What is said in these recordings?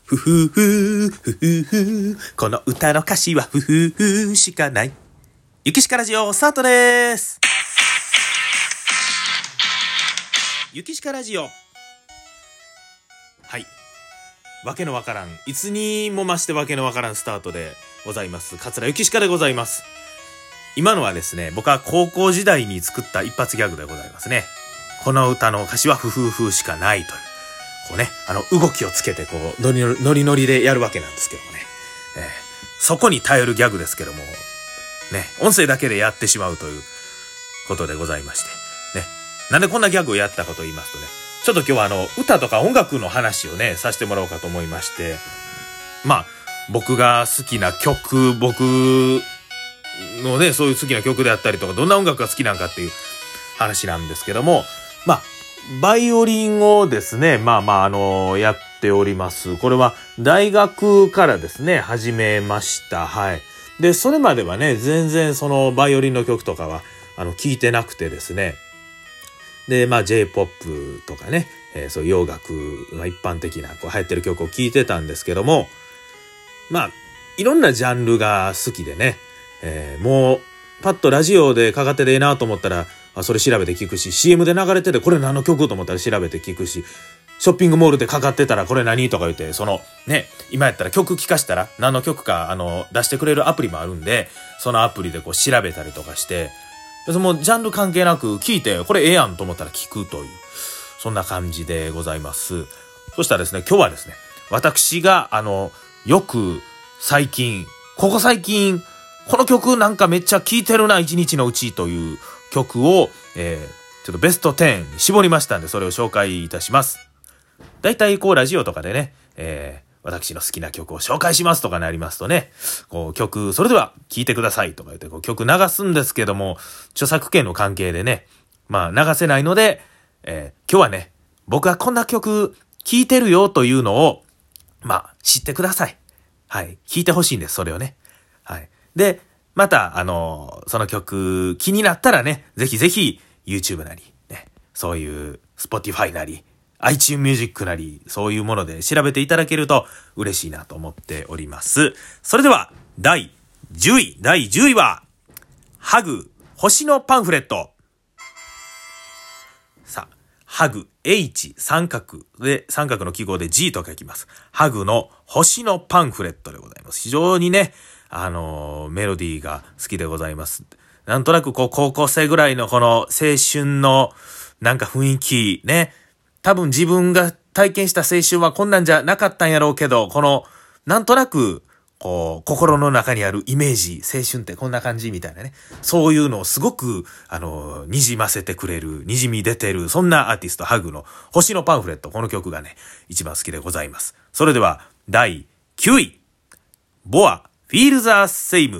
ふふふ、ふふふ。この歌の歌詞はふふふしかない。ゆきしかラジオスタートです。ゆきしかラジオ。はい。わけのわからん。いつにも増してわけのわからんスタートでございます。桂ゆきしかでございます。今のはですね、僕は高校時代に作った一発ギャグでございますね。この歌の歌詞はふふふしかないという。こうね、動きをつけてこう、ノリノリでやるわけなんですけどもね。そこに頼るギャグですけども、ね、音声だけでやってしまうということでございまして。ね。なんでこんなギャグをやったかと言いますとね、ちょっと今日は歌とか音楽の話をね、させてもらおうかと思いまして、まあ、僕が好きな曲、僕のね、そういう好きな曲であったりとか、どんな音楽が好きなんかっていう話なんですけども、まあ、バイオリンをですね、やっております。これは大学からですね、始めました。はい。で、それまではね、全然そのバイオリンの曲とかは、聞いてなくてですね。で、J-POP とかね、そういう洋楽が一般的な、こう流行ってる曲を聴いてたんですけども、いろんなジャンルが好きでね、もう、パッとラジオでかかっててええなと思ったら、それ調べて聞くし、CM で流れててこれ何の曲と思ったら調べて聞くし、ショッピングモールでかかってたらこれ何とか言って、今やったら曲聴かしたら何の曲か出してくれるアプリもあるんで、そのアプリでこう調べたりとかして、もうジャンル関係なく聞いて、これええやんと思ったら聞くという、そんな感じでございます。そしたらですね、今日はですね、私がよくここ最近、この曲なんかめっちゃ聴いてるな、一日のうちという曲を、ちょっとベスト10に絞りましたんで、それを紹介いたします。だいたいこうラジオとかでね、私の好きな曲を紹介しますとかなりますとね、こう曲、それでは聴いてくださいとか言ってこう曲流すんですけども、著作権の関係でね、流せないので、今日はね、僕はこんな曲聴いてるよというのを、知ってください。はい。聴いてほしいんです、それをね。はい。で、また、その曲気になったらね、ぜひぜひ YouTube なり、ね、そういう Spotify なり、iTunes Music なり、そういうもので調べていただけると嬉しいなと思っております。それでは、第10位は、ハグ、星のパンフレット。さあ、ハグ、H、三角の記号で G と書きます。ハグの星のパンフレットでございます。非常にね、メロディーが好きでございます。なんとなくこう高校生ぐらいのこの青春のなんか雰囲気ね、多分自分が体験した青春はこんなんじゃなかったんやろうけど、このなんとなくこう心の中にあるイメージ、青春ってこんな感じみたいなね、そういうのをすごく滲ませてくれる、滲み出てる、そんなアーティストハグの星のパンフレット、この曲がね一番好きでございます。それでは第9位、ボアFeel the Same。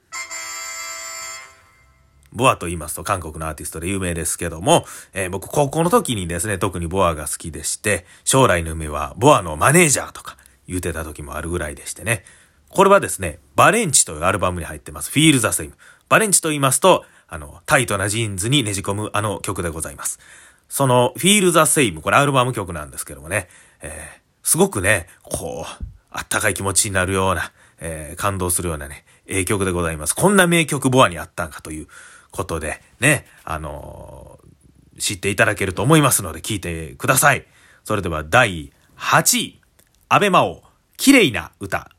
ボアと言いますと韓国のアーティストで有名ですけども、僕高校の時にですね、特にボアが好きでして、将来の夢はボアのマネージャーとか言ってた時もあるぐらいでしてね。これはですね、バレンチというアルバムに入ってます。Feel the Same。バレンチと言いますと、タイトなジーンズにねじ込む曲でございます。その Feel the Same、これアルバム曲なんですけどもね、すごくね、こう、あったかい気持ちになるような、感動するようなね、曲でございます。こんな名曲ボアにあったんかということでね、知っていただけると思いますので聞いてください。それでは第8位、安倍真央、綺麗な歌。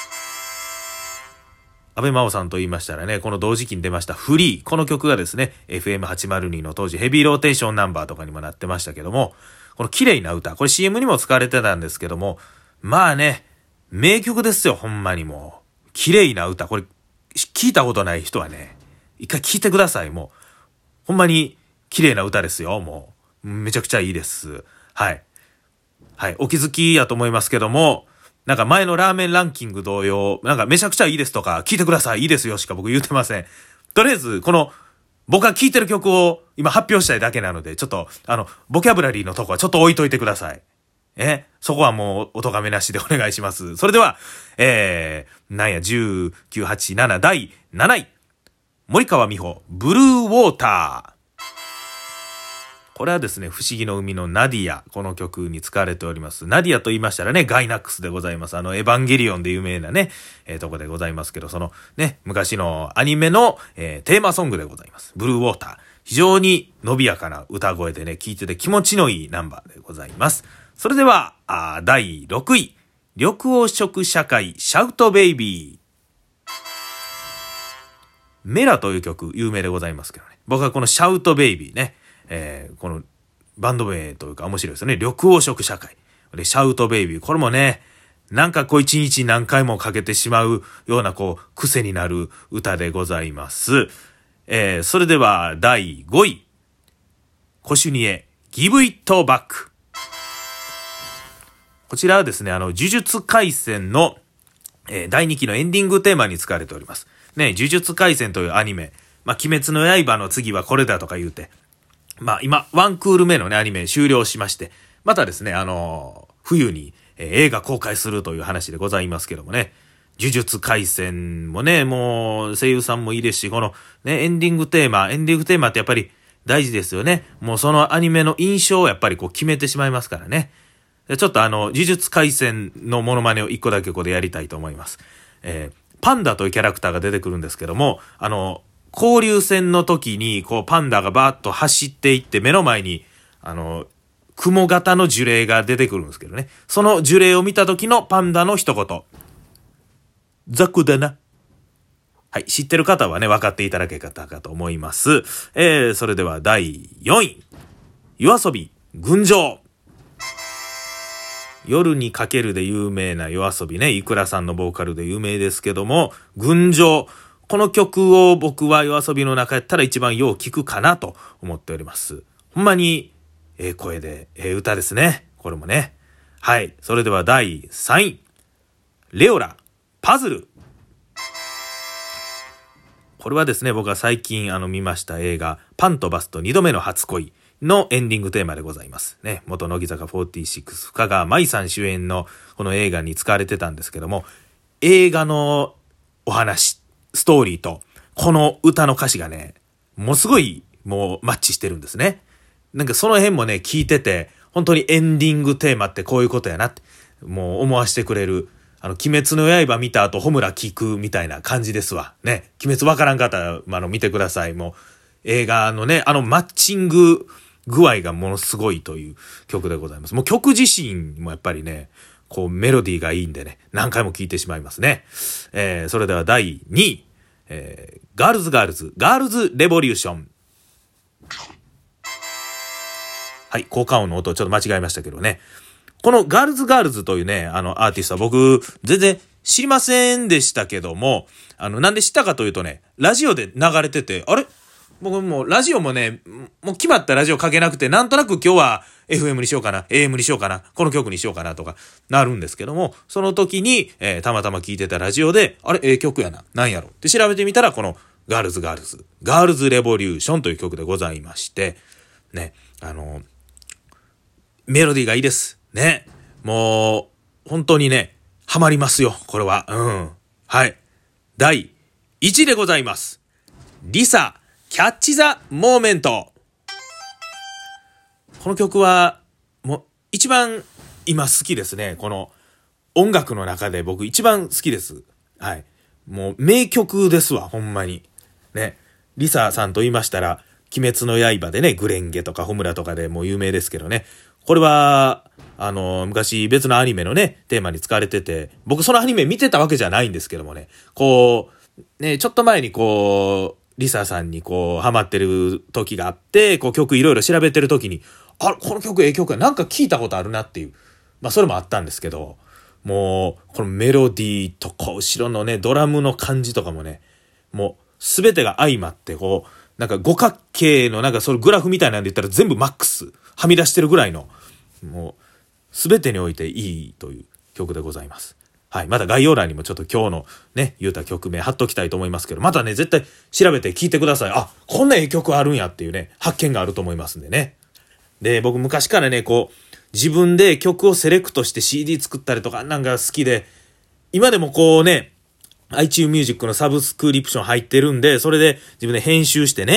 安倍真央さんと言いましたらね、この同時期に出ましたフリー、この曲がですね、FM802 の当時ヘビーローテーションナンバーとかにもなってましたけども、この綺麗な歌、これ CM にも使われてたんですけども、名曲ですよ、ほんまにもう。綺麗な歌。これ、聞いたことない人はね、一回聞いてください、もう。ほんまに綺麗な歌ですよ、もう。めちゃくちゃいいです。はい。はい。お気づきやと思いますけども、なんか前のラーメンランキング同様、なんかめちゃくちゃいいですとか、聞いてください、いいですよしか僕言ってません。とりあえず、僕が聴いてる曲を今発表したいだけなので、ちょっと、ボキャブラリーのとこはちょっと置いといてください。そこはもうお咎めなしでお願いします。それでは、10、9、8、7、第7位。森川美穂、ブルーウォーター。 これはですね、不思議の海のナディア、この曲に使われております。ナディアと言いましたらね、ガイナックスでございます。エヴァンゲリオンで有名なね、とこでございますけど、そのね、昔のアニメの、テーマソングでございます。ブルーウォーター。非常に伸びやかな歌声でね、聴いてて気持ちのいいナンバーでございます。それでは、第6位。緑黄色社会、シャウトベイビー。メラという曲、有名でございますけどね。僕はこのシャウトベイビーね、このバンド名というか面白いですよね。緑黄色社会。で、シャウトベイビー。これもね、なんか一日何回もかけてしまうような癖になる歌でございます。それでは第5位。コシュニエ、Give It Back。こちらはですね、呪術廻戦の、第2期のエンディングテーマに使われております。ね、呪術廻戦というアニメ。鬼滅の刃の次はこれだとか言うて。今、ワンクール目のね、アニメ終了しまして、またですね、冬に、映画公開するという話でございますけどもね。呪術廻戦もね、もう声優さんもいいですし、このね、エンディングテーマってやっぱり大事ですよね。もうそのアニメの印象をやっぱり決めてしまいますからね。ちょっと呪術廻戦のモノマネを一個だけここでやりたいと思います。パンダというキャラクターが出てくるんですけども、交流戦の時にパンダがバーッと走っていって目の前に雲型の樹齢が出てくるんですけどね。その樹齢を見た時のパンダの一言。雑魚だな。はい、知ってる方はね、分かっていただけたかと思います。それでは第4位。YOASOBI、群青。夜にかけるで有名なYOASOBIね、いくらさんのボーカルで有名ですけども、群青。この曲を僕はYOASOBIの中やったら一番よう聴くかなと思っております。ほんまに、声で、歌ですね。これもね。はい。それでは第3位。レオラ、パズル。これはですね、僕が最近見ました映画、パンとバスと2度目の初恋のエンディングテーマでございますね。元乃木坂46深川舞さん主演のこの映画に使われてたんですけども、映画のお話、ストーリーとこの歌の歌詞がね、もうすごいもうマッチしてるんですね。なんかその辺もね、聞いてて、本当にエンディングテーマってこういうことやなって、もう思わせてくれる。鬼滅の刃見た後、ホムラ聞くみたいな感じですわ。ね。鬼滅わからん方、見てください。もう、映画のね、マッチング具合がものすごいという曲でございます。もう曲自身もやっぱりね、メロディーがいいんでね、何回も聴いてしまいますね。それでは第2位。ガールズレボリューション。はい、効果音の音をちょっと間違えましたけどね。このガールズというね、アーティストは僕、全然知りませんでしたけども、なんで知ったかというとね、ラジオで流れてて、あれ？僕もうラジオもね、もう決まったラジオかけなくて、なんとなく今日は FM にしようかな、AM にしようかな、この曲にしようかなとかなるんですけども、その時に、たまたま聞いてたラジオで、あれ、曲やな、なんやろって調べてみたら、このガールズレボリューションという曲でございまして、ね、メロディーがいいです。ね。もう、本当にね、ハマりますよ、これは。はい。第1位でございます。リサ、キャッチザモーメント。この曲は、もう、一番今好きですね。この音楽の中で僕一番好きです。はい。もう名曲ですわ、ほんまに。ね。リサさんと言いましたら、鬼滅の刃でね、グレンゲとかホムラとかでもう有名ですけどね。これは、昔別のアニメのね、テーマに使われてて、僕そのアニメ見てたわけじゃないんですけどもね、ね、ちょっと前にリサさんにハマってる時があって、曲いろいろ調べてる時に、この曲曲や、なんか聞いたことあるなっていう。それもあったんですけど、もう、このメロディーと後ろのね、ドラムの感じとかもね、もう、すべてが相まって、なんか五角形のなんかそのグラフみたいなんで言ったら全部マックス、はみ出してるぐらいの、もう、すべてにおいていいという曲でございます。はい。また概要欄にもちょっと今日のね、言うた曲名貼っときたいと思いますけど、またね、絶対調べて聞いてください。こんな曲あるんやっていうね、発見があると思いますんでね。で、僕昔からね、自分で曲をセレクトして CD 作ったりとかなんか好きで、今でもiTunes Music のサブスクリプション入ってるんで、それで自分で編集してね、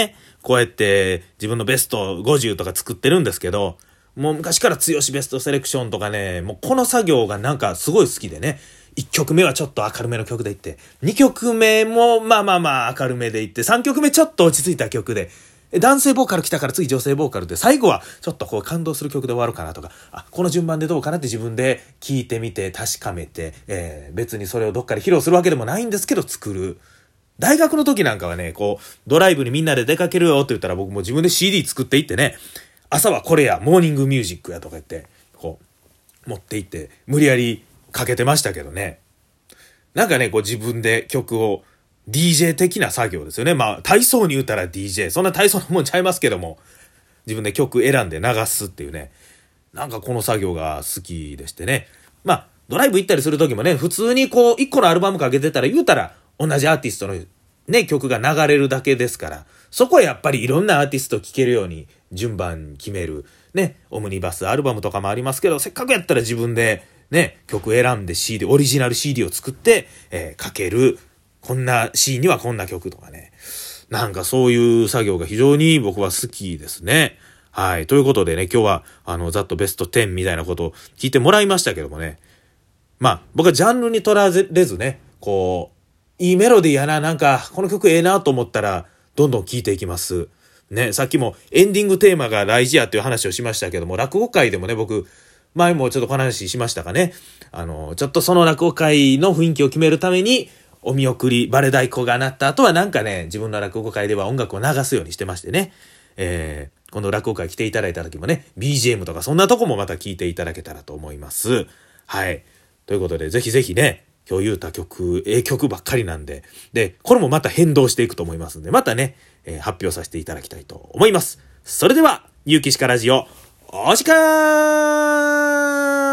こうやって自分のベスト50とか作ってるんですけど、もう昔から強しベストセレクションとかね、もうこの作業がなんかすごい好きでね、1曲目はちょっと明るめの曲でいって、2曲目もまあ明るめでいって、3曲目ちょっと落ち着いた曲で、男性ボーカル来たから次女性ボーカルで、最後はちょっとこう感動する曲で終わるかなとか、この順番でどうかなって自分で聞いてみて確かめて、別にそれをどっかで披露するわけでもないんですけど作る。大学の時なんかはね、こう、ドライブにみんなで出かけるよって言ったら僕も自分で CD 作っていってね、朝はこれや、モーニングミュージックやとか言って、こう、持って行って、無理やりかけてましたけどね。なんかね、こう自分で曲を、DJ 的な作業ですよね。まあ、体操に言ったら DJ。そんな体操のもんちゃいますけども、自分で曲選んで流すっていうね。なんかこの作業が好きでしてね。まあ、ドライブ行ったりする時もね、普通にこう、一個のアルバムかけてたら言うたら、同じアーティストのね、曲が流れるだけですから、そこはやっぱりいろんなアーティスト聴けるように順番決める。ね、オムニバスアルバムとかもありますけど、せっかくやったら自分でね、曲選んで CD、オリジナル CD を作って、かける。こんなシーンにはこんな曲とかね。なんかそういう作業が非常に僕は好きですね。はい。ということでね、今日はざっとベスト10みたいなことを聞いてもらいましたけどもね。まあ、僕はジャンルにとらわれずね、こう、いいメロディーやな、なんか、この曲ええなと思ったら、どんどん聴いていきます。ね、さっきもエンディングテーマが大事やっていう話をしましたけども、落語会でもね、僕、前もちょっとこの話しましたかね。ちょっとその落語会の雰囲気を決めるために、お見送り、バレ太鼓が鳴った後はなんかね、自分の落語会では音楽を流すようにしてましてね。この落語会来ていただいた時もね、BGM とかそんなとこもまた聞いていただけたらと思います。はい。ということで、ぜひぜひね、今日言うた曲、曲ばっかりなんで、で、これもまた変動していくと思いますんで、またね、発表させていただきたいと思います。それでは、ゆうきしかラジオ、お時間